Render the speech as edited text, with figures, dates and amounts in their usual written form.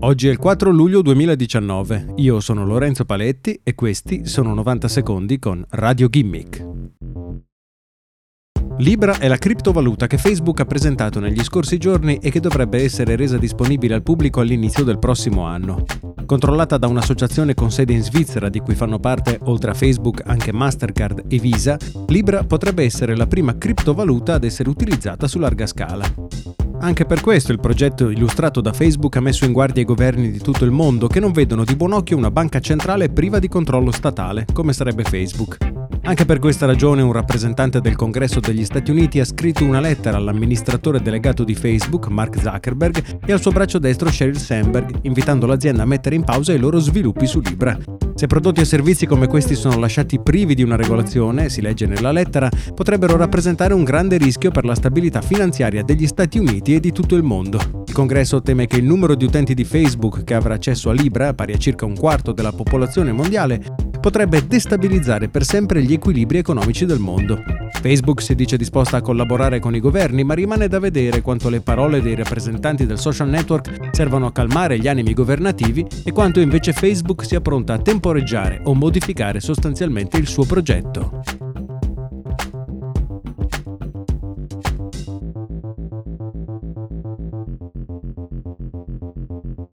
Oggi è il 4 luglio 2019, io sono Lorenzo Paletti e questi sono 90 secondi con Radio Gimmick. Libra è la criptovaluta che Facebook ha presentato negli scorsi giorni e che dovrebbe essere resa disponibile al pubblico all'inizio del prossimo anno. Controllata da un'associazione con sede in Svizzera di cui fanno parte, oltre a Facebook, anche Mastercard e Visa, Libra potrebbe essere la prima criptovaluta ad essere utilizzata su larga scala. Anche per questo il progetto illustrato da Facebook ha messo in guardia i governi di tutto il mondo che non vedono di buon occhio una banca centrale priva di controllo statale, come sarebbe Facebook. Anche per questa ragione un rappresentante del Congresso degli Stati Uniti ha scritto una lettera all'amministratore delegato di Facebook, Mark Zuckerberg, e al suo braccio destro Sheryl Sandberg, invitando l'azienda a mettere in pausa i loro sviluppi su Libra. Se prodotti e servizi come questi sono lasciati privi di una regolazione, si legge nella lettera, potrebbero rappresentare un grande rischio per la stabilità finanziaria degli Stati Uniti e di tutto il mondo. Il Congresso teme che il numero di utenti di Facebook che avrà accesso a Libra, pari a circa un quarto della popolazione mondiale, potrebbe destabilizzare per sempre gli equilibri economici del mondo. Facebook si dice disposta a collaborare con i governi, ma rimane da vedere quanto le parole dei rappresentanti del social network servano a calmare gli animi governativi e quanto invece Facebook sia pronta a temporeggiare o modificare sostanzialmente il suo progetto.